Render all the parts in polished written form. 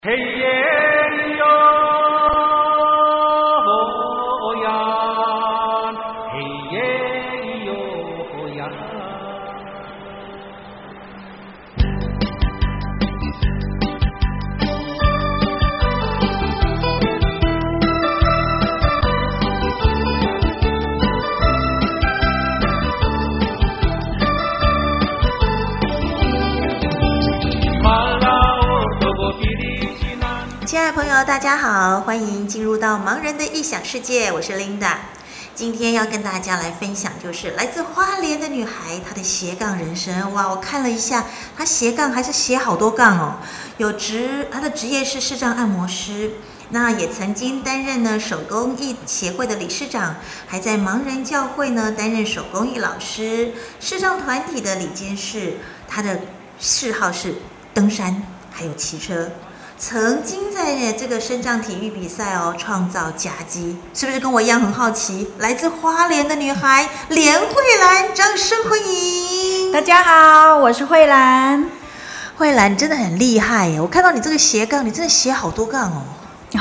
嘿耶哟呀，嘿耶哟呀。 亲爱的朋友，大家好，欢迎进入到盲人的异想世界，我是 Linda。今天要跟大家来分享，就是来自花莲的女孩，她的斜杠人生。哇，我看了一下，她斜杠还是斜好多杠哦。她的职业是视障按摩师，那也曾经担任呢手工艺协会的理事长，还在盲人教会呢担任手工艺老师，视障团体的理监事。她的嗜好是登山，还有骑车。曾经在这个身障体育比赛创造佳绩，是不是跟我一样很好奇？来自花莲的女孩连慧兰，掌声欢迎！ 大家好，我是慧兰。 慧兰，你真的很厉害耶！我看到你这个斜杠，你真的斜好多杠哦。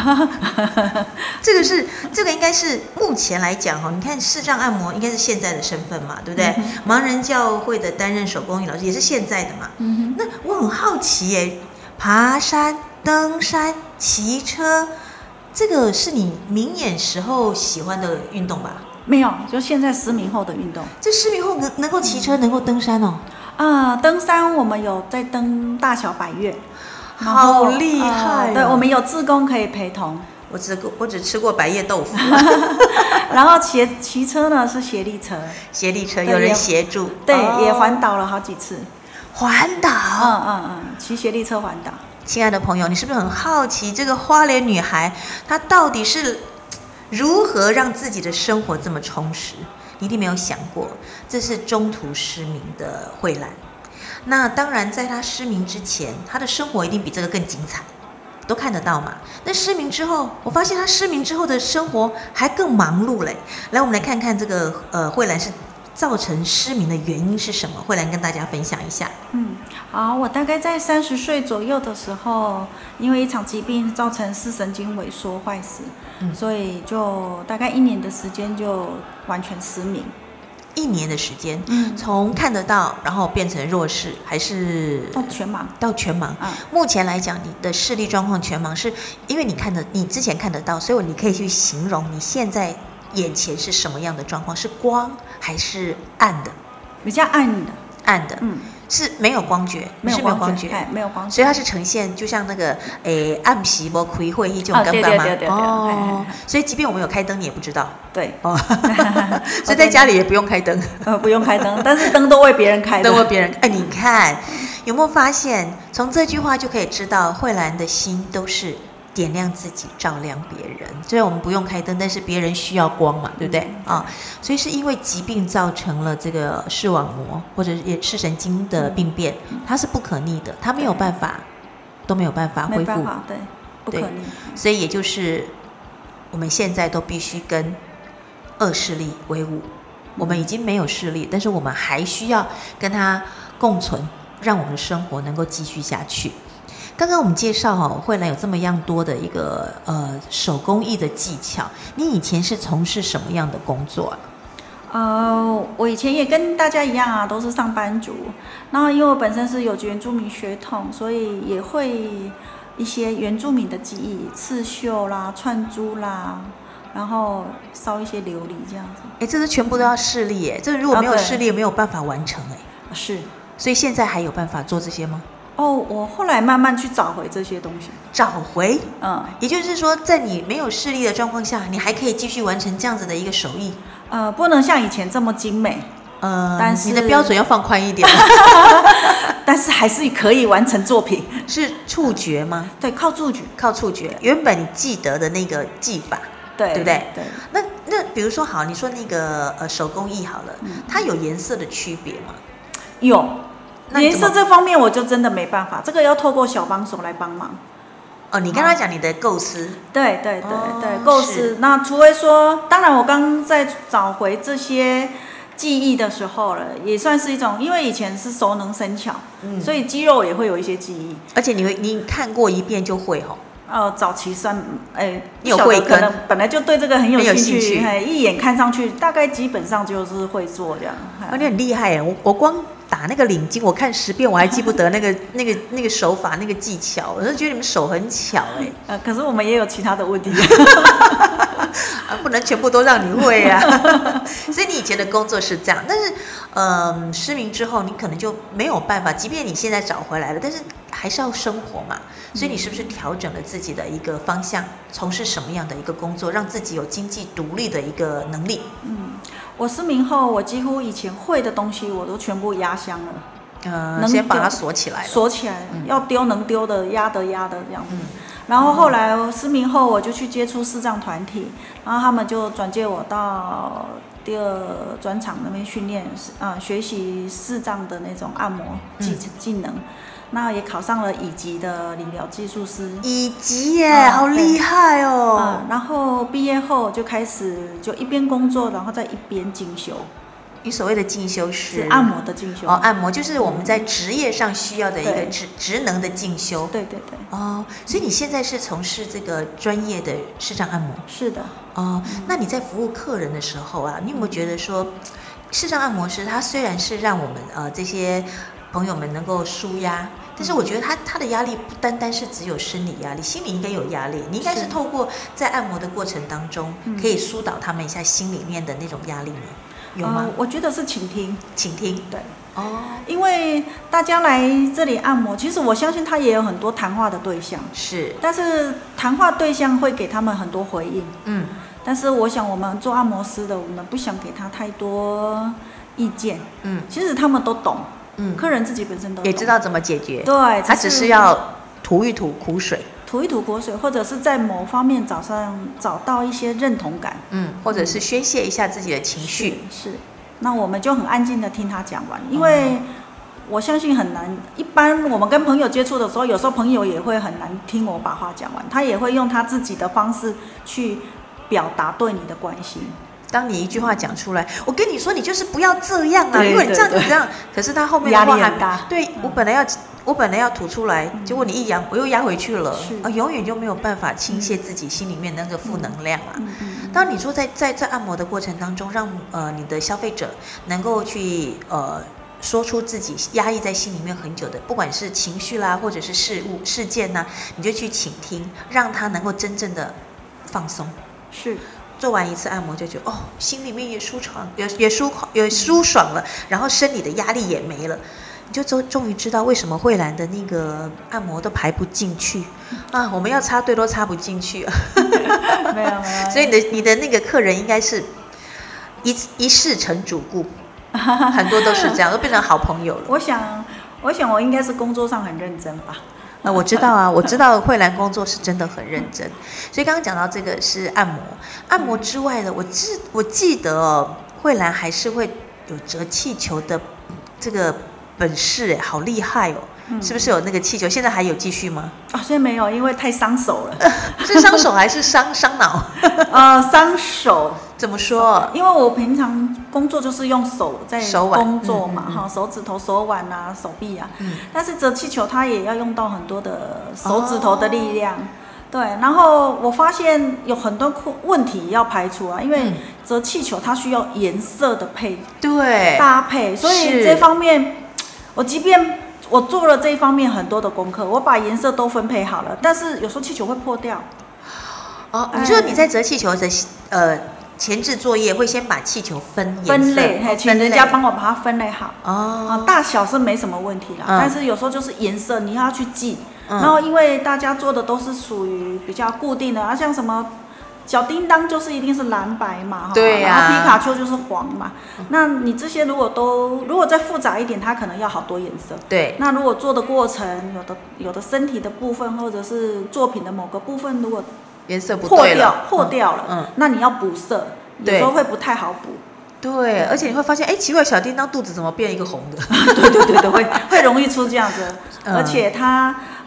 这个应该是目前来讲你看视障按摩应该是现在的身份嘛，对不对？盲人教会的担任手工艺老师也是现在的嘛。那我很好奇耶，爬山、登山、骑车，这个是你明眼时候喜欢的运动吧？ 没有，就现在失明后的运动。 这失明后能够骑车，能够登山哦。 登山我们有在登大小百岳， 好厉害对，我们有志工可以陪同。 我只吃过百叶豆腐。 然后骑车呢是协力车， 有人协助。 对，也环岛了好几次。 环岛？ 骑协力车环岛。 亲爱的朋友，你是不是很好奇这个花莲女孩她到底是如何让自己的生活这么充实？你一定没有想过，这是中途失明的慧兰。那当然在她失明之前，她的生活一定比这个更精彩，都看得到嘛。那失明之后，我发现她失明之后的生活还更忙碌嘞。来，我们来看看这个慧兰是造成失明的原因是什么？慧兰跟大家分享一下。 好，我大概在30岁左右的时候，因为一场疾病造成视神经萎缩坏死，所以就大概1年的时间就完全失明。 1年的时间，从看得到，然后变成弱视，还是到全盲？目前来讲，你的视力状况全盲，是因为你之前看得到，所以你可以去形容你现在眼前是什么样的状况？是光还是暗的？ 比较暗的。 是没有光觉，没有光觉，所以它是呈现就像那个暗时没开会这种感觉吗？ 对。 所以即便我们有开灯，你也不知道。 对。 所以在家里也不用开灯。 不用开灯，但是灯都为别人开的。 都为别人。你看有没有发现，从这句话就可以知道，慧兰的心都是点亮自己，照亮别人。虽然我们不用开灯，但是别人需要光嘛，对不对？所以是因为疾病造成了这个视网膜或者也视神经的病变，它是不可逆的，它没有办法，都没有办法恢复， 对，不可逆。 所以也就是我们现在都必须跟恶势力为伍。我们已经没有势力，但是我们还需要跟它共存，让我们的生活能够继续下去。刚刚我们介绍慧兰有这么样多的一个手工艺的技巧，你以前是从事什么样的工作啊？ 我以前也跟大家一样都是上班族。然后因为我本身是有原住民血统，所以也会一些原住民的技艺，刺绣啦、串珠啦，然后烧一些琉璃这样子。 这是全部都要视力耶，这如果没有视力，也没有办法完成是。 所以现在还有办法做这些吗？ 我后来慢慢去找回这些东西。 找回？也就是说，在你没有视力的状况下，你还可以继续完成这样子的一个手艺？ 不能像以前这么精美。但是你的标准要放宽一点。 但是还是可以完成作品。 是触觉吗？ 对，靠触觉。 原本你记得的那个技法，对不对？ 对。 那比如说好，你说那个手工艺好了，它有颜色的区别吗？ 有。颜色这方面我就真的没办法，这个要透过小帮手来帮忙。 你跟他讲你的构思。 对，构思。那除非说，当然我刚在找回这些记忆的时候了，也算是一种，因为以前是熟能生巧，所以肌肉也会有一些记忆。 而且你看过一遍就会早期算， 你有慧根， 可能本来就对这个很有兴趣，一眼看上去，大概基本上就是会做这样。 你很厉害耶！我光打那个领巾，我看10遍，我还记不得那个手法、那个技巧，我就觉得你们手很巧哎。 可是我们也有其他的问题。 不能全部都让你会啊。所以你以前的工作是这样，但是失明之后你可能就没有办法，即便你现在找回来了，但是还是要生活嘛。所以你是不是调整了自己的一个方向，从事什么样的一个工作，让自己有经济独立的一个能力？ 我失明后，我几乎以前会的东西我都全部压箱了。 先把它锁起来了， 锁起来，要丢能丢的，压的这样子。然后后来失明后，我就去接触视障团体，然后他们就转介我到第二专场那边训练，学习视障的那种按摩技能。那也考上了乙级的理疗技术师。乙级耶，好厉害哦！ 然后毕业后就开始就一边工作，然后再一边进修。 你所谓的进修是按摩的进修按摩就是我们在职业上需要的一个职能的进修。 对。 所以你现在是从事这个专业的视障按摩？ 是的。 那你在服务客人的时候啊，你有没有觉得说，视障按摩师他虽然是让我们这些朋友们能够抒压，但是我觉得他的压力不单单是只有生理压力，心理应该有压力。你应该是透过在按摩的过程当中，可以疏导他们一下心里面的那种压力吗？有吗？ 我觉得是倾听，对。因为大家来这里按摩，其实我相信他也有很多谈话的对象， 是， 但是谈话对象会给他们很多回应，但是我想我们做按摩师的，我们不想给他太多意见，其实他们都懂，客人自己本身都懂， 也知道怎么解决， 对， 他只是要吐一吐苦水， 或者是在某方面找到一些认同感， 或者是宣泄一下自己的情绪， 是。那我们就很安静的听他讲完，因为我相信很难。一般我们跟朋友接触的时候，有时候朋友也会很难听我把话讲完，他也会用他自己的方式去表达对你的关心。 当你一句话讲出来，我跟你说，你就是不要这样啊，因为你这样就这样。可是他后面的话压力很大， 对，我本来要吐出来，结果你一扬，我又压回去了，永远就没有办法倾泻自己心里面那个负能量啊。当你说在按摩的过程当中，让你的消费者能够去说出自己压抑在心里面很久的，不管是情绪啦，或者是事件呐，你就去倾听，让他能够真正的放松。 是。 做完一次按摩就觉得心里面也舒爽了，然后生理的压力也没了，你就终于知道为什么慧兰的那个按摩都排不进去啊，我们要插队都插不进去啊。 没有。 所以你的那个客人应该是一世成主顾，很多都是这样，都变成好朋友了。 我想我应该是工作上很认真吧。 我知道啊，我知道慧兰工作是真的很认真，所以刚刚讲到这个是按摩之外的，我记得慧兰还是会有折气球的这个本事，好厉害哦！是不是有那个气球？现在还有继续吗？ 现在没有，因为太伤手了。 是伤手还是伤脑？ 伤手。 怎么说？ 因为我平常工作就是用手在工作嘛，手指头、手腕啊、手臂啊。但是折气球它也要用到很多的手指头的力量。对，然后我发现有很多问题要排除啊，因为折气球它需要颜色的搭配，所以这方面即便我做了这一方面很多的功课，我把颜色都分配好了，但是有时候气球会破掉。 你说你在折气球的前置作业会先把气球分类，请人家帮我把它分类好。大小是没什么问题啦，但是有时候就是颜色你要去记。然后因为大家做的都是属于比较固定的，像什么小叮当就是一定是蓝白嘛， 对呀， 然后皮卡丘就是黄嘛。那你这些如果再复杂一点，它可能要好多颜色。 对。 那如果做的过程有的身体的部分或者是作品的某个部分，如果颜色不对了， 破掉了，那你要补色，有时候会不太好补。 对，而且你会发现，奇怪，小叮当肚子怎么变一个红的？ 对，会容易出这样子，而且它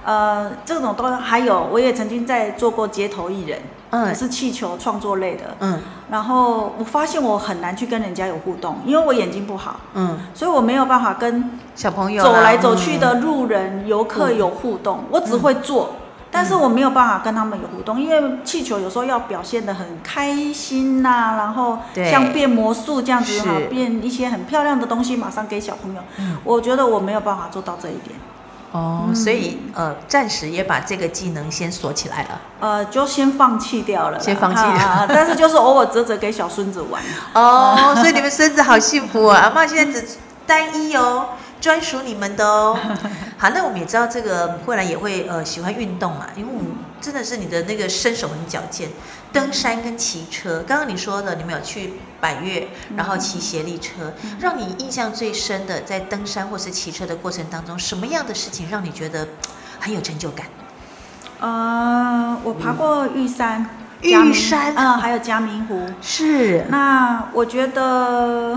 这种都还有，我也曾经在做过街头艺人，是气球创作类的，然后我发现我很难去跟人家有互动，因为我眼睛不好，所以我没有办法跟小朋友走来走去的路人、游客有互动，我只会做。但是我没有办法跟他们有互动，因为气球有时候要表现得很开心呐，然后像变魔术这样子哈，变一些很漂亮的东西马上给小朋友。我觉得我没有办法做到这一点。 所以暂时也把这个技能先锁起来了。 就先放弃掉了。 先放弃了。 但是就是偶尔折给小孙子玩。 所以你们孙子好幸福啊！阿嬷现在只单一哦。专属你们的哦。好，那我们也知道这个慧兰也会喜欢运动嘛，因为我们真的是你的那个身手很矫健，登山跟骑车。刚刚你说的，你们有去百岳，然后骑协力车，让你印象最深的，在登山或是骑车的过程当中，什么样的事情让你觉得很有成就感？ 我爬过玉山，还有嘉明湖。 是。 那我觉得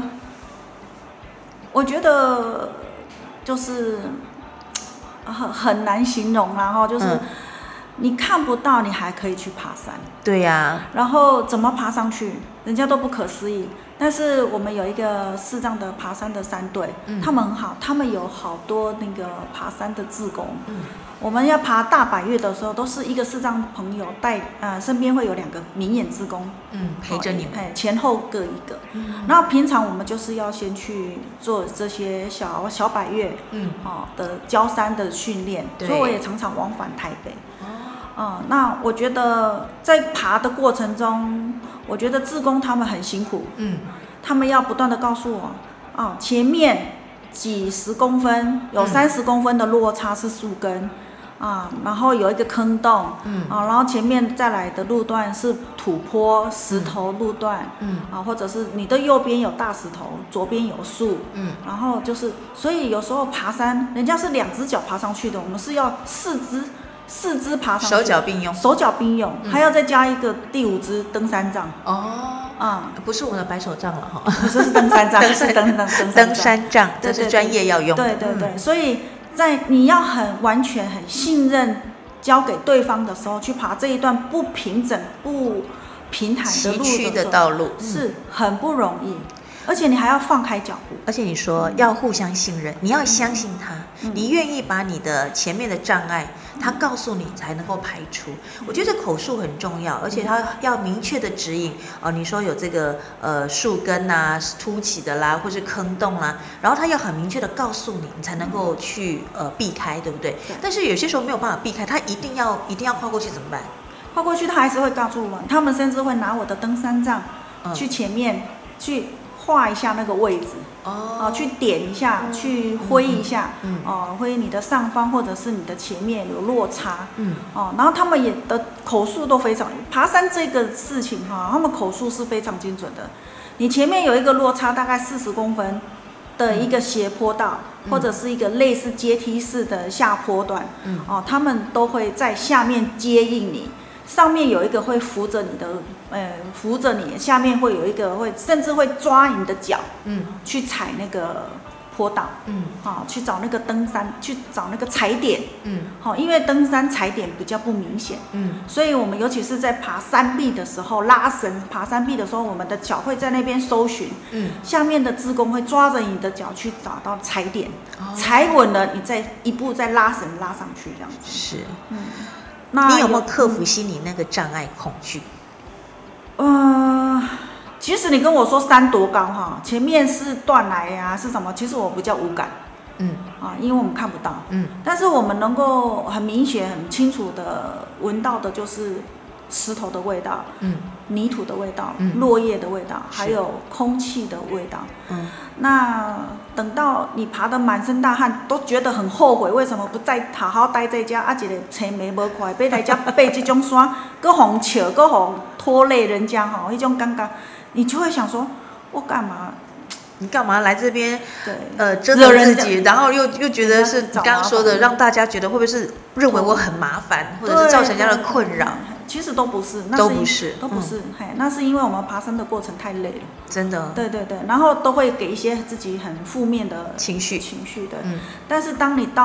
就是很难形容，然后就是你看不到，你还可以去爬山。 对呀。 然后怎么爬上去，人家都不可思议。但是我们有一个视障的爬山的山队，他们很好，他们有好多那个爬山的志工。我们要爬大百岳的时候，都是一个视障朋友带，身边会有2个明眼志工， 陪着你们， 前后各一个。然后平常我们就是要先去做这些小百岳，的郊山的训练，所以我也常常往返台北。那我觉得在爬的过程中，我觉得志工他们很辛苦，他们要不断的告诉我，前面几十公分有30公分的落差是树根。然后有一个坑洞，然后前面再来的路段是土坡、石头路段，或者是你的右边有大石头，左边有树，然后就是，所以有时候爬山，人家是2只脚爬上去的，我们是要4只爬上去， 手脚并用， 还要再加一个第5只登山杖。 不是我们的白手杖了哈， 不是登山杖，是登山杖，这是专业要用的。 对，所以。在你要很完全很信任交给对方的时候，去爬这一段不平整不平坦的路崎岖的道路， 是很不容易，而且你还要放开脚步， 而且你说要互相信任，你要相信他，你愿意把你的前面的障碍他告诉你才能够排除。我觉得口述很重要，而且他要明确的指引你说有这个树根啊凸起的啦，或是坑洞啦，然后他要很明确的告诉你，你才能够去避开，对不对？但是有些时候没有办法避开，他一定要跨过去怎么办？ 跨过去他还是会告诉我们，他们甚至会拿我的登山杖去前面去画一下那个位置，去点一下，去挥一下，挥你的上方或者是你的前面有落差，然后他们也的口述都非常，爬山这个事情他们口述是非常精准的。你前面有一个落差大概40公分的一个斜坡道，或者是一个类似阶梯式的下坡段，他们都会在下面接应你。上面有一个会扶着你的，扶着你，下面会有一个甚至会抓你的脚，去踩那个坡道，去找那个登山，去找那个踩点，因为登山踩点比较不明显，所以我们尤其是在爬山壁的时候，拉绳爬山壁的时候，我们的脚会在那边搜寻，下面的志工会抓着你的脚去找到踩点，踩稳了，你再一步再拉绳拉上去，这样子。 是，你有没有克服心里那个障碍恐惧？ 其实你跟我说山多高前面是断崖呀，是什么？其实我比较无感，因为我们看不到，但是我们能够很明显、很清楚的闻到的就是石头的味道，泥土的味道，落叶的味道，还有空气的味道。那等到你爬得满身大汗，都觉得很后悔，为什么不再好好待在家？一个青梅无快，要来这爬这种山，搁互笑，搁互拖累人家那种感觉，你就会想说，我干嘛？ 你干嘛来这边？折腾自己，然后又觉得是你刚刚说的，让大家觉得会不会是认为我很麻烦，或者是造成人家的困扰？ 其实都不是， 都不是， 那是因为我们爬山的过程太累了， 真的。 对，然后都会给一些自己很负面的情绪的。但是当你到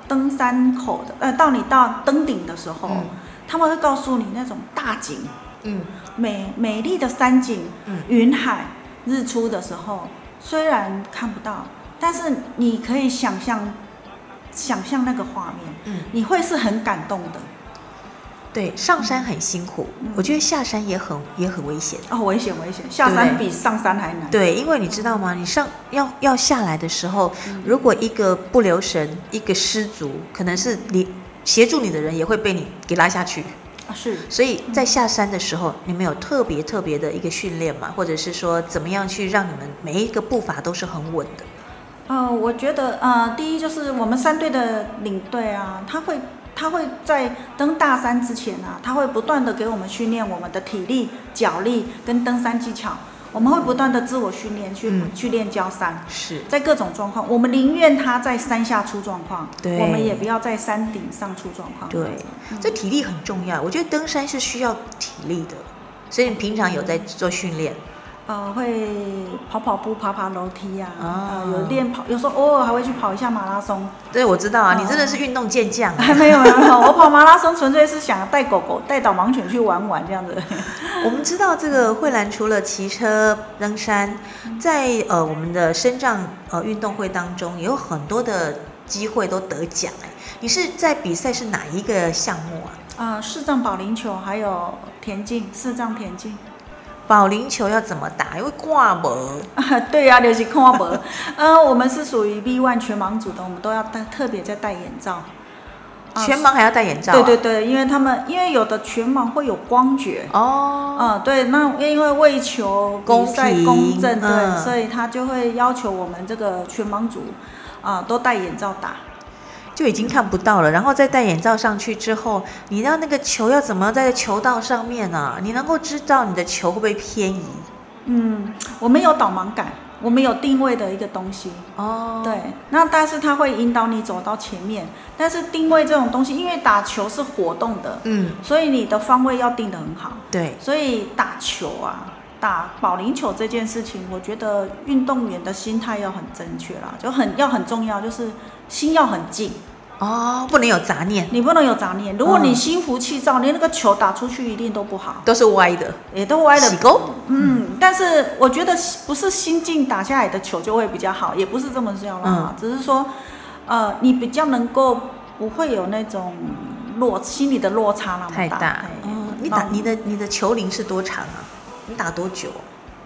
登山口的，到你到登顶的时候，他们会告诉你那种大景，美丽的山景，云海日出的时候，虽然看不到，但是你可以想象那个画面，你会是很感动的。 对，上山很辛苦，我觉得下山也很危险。 危险！下山比上山还难。 对，因为你知道吗？你要下来的时候，如果一个不留神，一个失足，可能是你协助你的人也会被你给拉下去。 是。 所以在下山的时候，你们有特别的一个训练吗？或者是说怎么样去让你们每一个步伐都是很稳的？ 我觉得第一就是我们山队的领队啊，他会在登大山之前啊，他会不断的给我们训练我们的体力、脚力跟登山技巧。我们会不断的自我训练，去练交山。是在各种状况，我们宁愿他在山下出状况，我们也不要在山顶上出状况。 对，这体力很重要。我觉得登山是需要体力的，所以你平常有在做训练？ 会跑步、爬楼梯啊，有练跑，有时候偶尔还会去跑一下马拉松。 对，我知道啊，你真的是运动健将。 没有，我跑马拉松纯粹是想带狗狗、带导盲犬去玩这样子。 我们知道这个慧兰除了骑车、登山，在我们的身障运动会当中，也有很多的机会都得奖哎。你是在比赛是哪一个项目啊？ 视障保龄球还有田径，视障田径。 保龄球要怎么打？因为看不。 对啊，就是看不。我们是属于 B1 全盲组的，我们都要特别在戴眼罩。 全盲还要戴眼罩？ 对，因为有的全盲会有光觉。对，那因为为求比赛公正，对，所以他就会要求我们这个全盲组都戴眼罩打。 就已经看不到了，然后再戴眼罩上去之后，你让那个球要怎么在球道上面啊？你能够知道你的球会不会偏移？ 我们有导盲杆，我们有定位的一个东西。对，那但是它会引导你走到前面，但是定位这种东西，因为打球是活动的，所以你的方位要定得很好。对，所以打球啊，打保龄球这件事情，我觉得运动员的心态要很正确啦，要很重要，就是心要很静。 不能有杂念。 你不能有杂念。如果你心浮气躁，你那个球打出去一定都不好， 都是歪的， 也都歪的。 洗钩。 但是我觉得不是心静打下来的球就会比较好，也不是这么说啦。只是说，你比较能够不会有那种心理的落差那么大。 太大。你的球龄是多长啊？你打多久？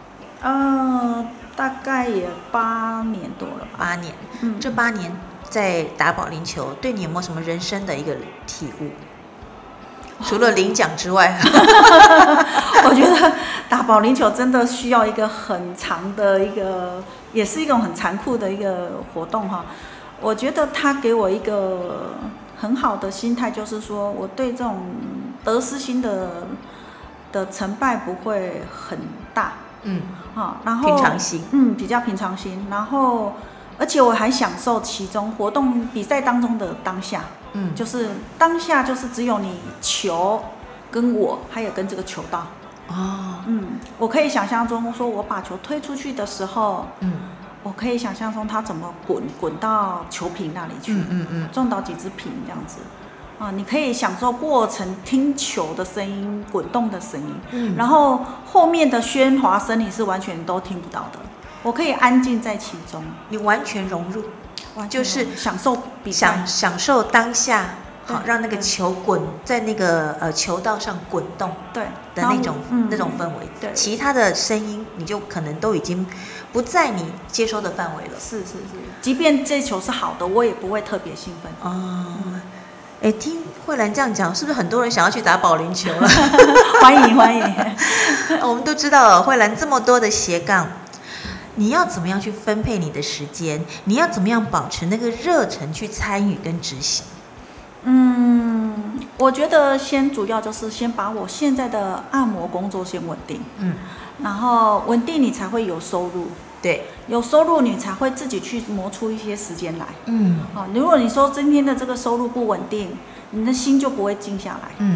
大概也8年多了吧。 8年。这8年。在打保龄球，对你有没有什么人生的一个体悟？除了领奖之外， 我觉得打保龄球真的需要一个很长的也是一种很残酷的一个活动哈。我觉得他给我一个很好的心态，就是说我对这种得失心的成败不会很大。然后平常心，比较平常心，然后。而且我还享受其中活动比赛当中的当下，就是当下就是只有你球跟我，还有跟这个球道。我可以想象中说，我把球推出去的时候，我可以想象中它怎么滚到球瓶那里去，撞到几只瓶这样子。你可以享受过程，听球的声音、滚动的声音，然后后面的喧哗声你是完全都听不到的。我可以安静在其中， 你完全融入，就是享受比赛， 享受当下，好让那个球滚在那个球道上滚动， 对的那种氛围。对，其他的声音你就可能都已经不在你接收的范围了。 是，即便这球是好的，我也不会特别兴奋。 听慧兰这样讲，是不是很多人想要去打保龄球了？ 欢迎！ 我们都知道慧兰这么多的斜杠。你要怎么样去分配你的时间？你要怎么样保持那个热忱去参与跟执行？ 我觉得主要就是先把我现在的按摩工作先稳定，然后稳定你才会有收入， 对， 有收入你才会自己去磨出一些时间来，如果你说今天的这个收入不稳定，你的心就不会静下来，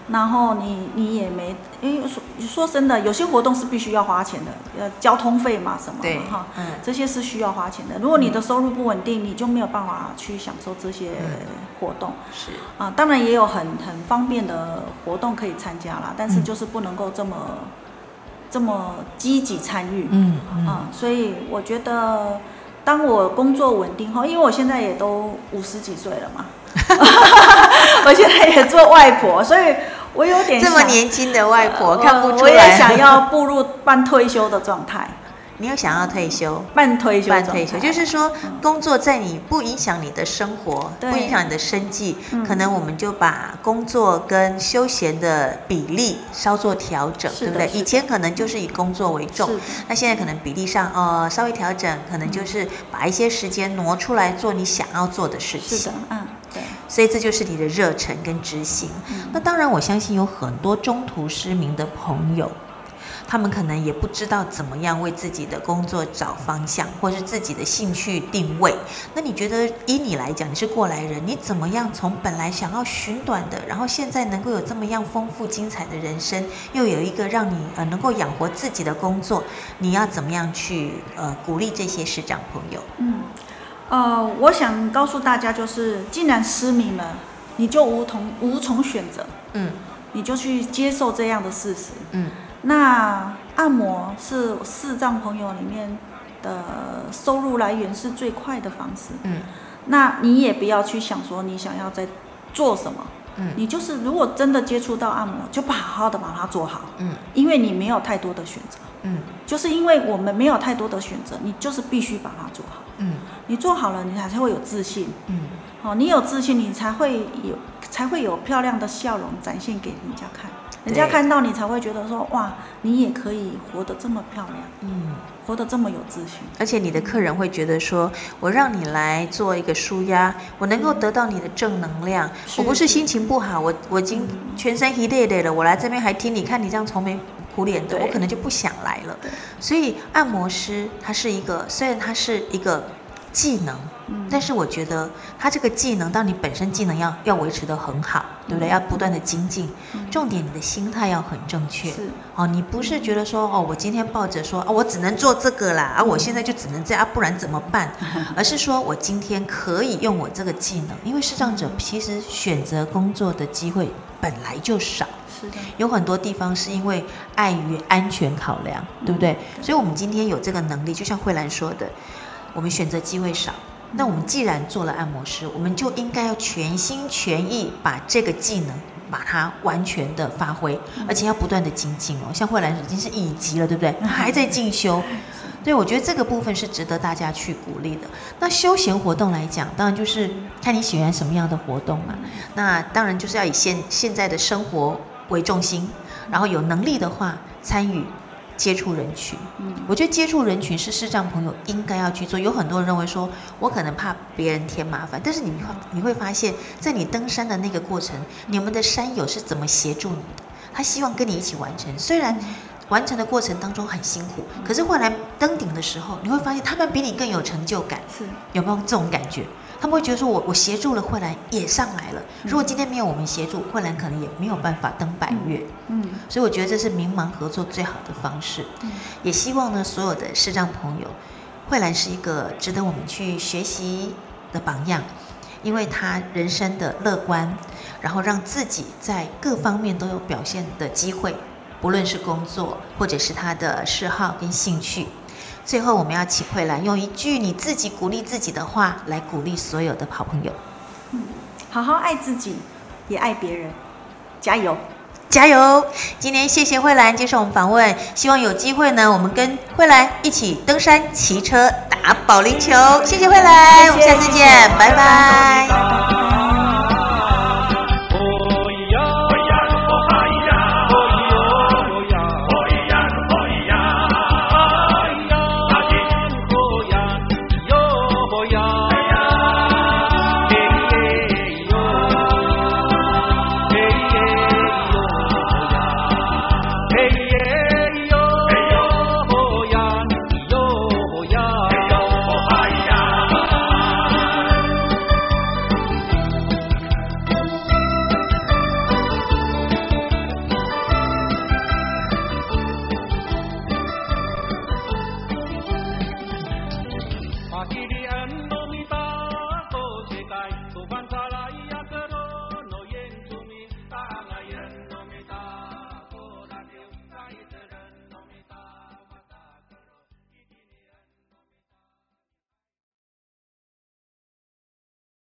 然后你也没，因为说真的，有些活动是必须要花钱的，交通费嘛什么的哈，这些是需要花钱的。如果你的收入不稳定，你就没有办法去享受这些活动。 是啊，当然也有很方便的活动可以参加啦，但是就是不能够这么积极参与。所以我觉得，当我工作稳定后，因为我现在也都50几岁了嘛，我现在也做外婆，所以我有点这么年轻的外婆看不出来， 我也想要步入半退休的状态。 你有想要退休？ 半退休， 就是说工作在你不影响你的生活，不影响你的生计，可能我们就把工作跟休闲的比例稍作调整，对不对？以前可能就是以工作为重，那现在可能比例上稍微调整，可能就是把一些时间挪出来做你想要做的事情。 是的，对。 所以这就是你的热忱跟执行。那当然，我相信有很多中途失明的朋友。他们可能也不知道怎么样为自己的工作找方向，或是自己的兴趣定位。那你觉得以你来讲，你是过来人，你怎么样从本来想要寻短的，然后现在能够有这么样丰富精彩的人生，又有一个让你能够养活自己的工作，你要怎么样去鼓励这些视障朋友？ 我想告诉大家，就是既然失明了，你就无从选择，你就去接受这样的事实，那按摩是视障朋友里面的收入来源是最快的方式，那你也不要去想说你想要在做什么，你就是如果真的接触到按摩，就好好的把它做好，因为你没有太多的选择，就是因为我们没有太多的选择，你就是必须把它做好，你做好了，你才会有自信，你有自信，你才会有漂亮的笑容展现给人家看。人家看到你才会觉得说，哇，你也可以活得这么漂亮，活得这么有自信。 而且你的客人会觉得说，我让你来做一个抒压，我能够得到你的正能量。我不是心情不好，我已经全身一累累了，我来这边还听你看你这样愁眉苦脸的，我可能就不想来了。所以按摩师他是一个，虽然他是一个技能，但是我觉得他这个技能，当你本身技能要维持得很好，对不对？要不断的精进，重点你的心态要很正确。你不是觉得说我今天抱着说我只能做这个啦，我现在就只能这样，不然怎么办？而是说我今天可以用我这个技能，因为视障者其实选择工作的机会本来就少。有很多地方是因为碍于安全考量，对不对？所以我们今天有这个能力，就像慧兰说的，我们选择机会少，那我们既然做了按摩师，我们就应该要全心全意把这个技能把它完全的发挥，而且要不断的精进哦。像慧兰已经是乙级了，对不对？还在进修，对，我觉得这个部分是值得大家去鼓励的。那休闲活动来讲，当然就是看你喜欢什么样的活动嘛。那当然就是要以现在的生活为重心，然后有能力的话参与接触人群，我觉得接触人群是视障朋友应该要去做。有很多人认为说，我可能怕别人添麻烦，但是你会发现，在你登山的那个过程，你们的山友是怎么协助你的？他希望跟你一起完成，虽然完成的过程当中很辛苦，可是后来登顶的时候，你会发现他们比你更有成就感，有没有这种感觉？他们会觉得说我协助了慧兰也上来了，如果今天没有我们协助，慧兰可能也没有办法登百岳。所以我觉得这是明盲合作最好的方式。也希望呢，所有的视障朋友，慧兰是一个值得我们去学习的榜样，因为她人生的乐观，然后让自己在各方面都有表现的机会，不论是工作或者是她的嗜好跟兴趣。最后我们要请慧兰用一句你自己鼓励自己的话来鼓励所有的好朋友。 好好爱自己，也爱别人，加油加油！今天谢谢慧兰接受我们访问，希望有机会呢，我们跟慧兰一起登山、骑车、打保龄球。谢谢慧兰，我们下次见，拜拜。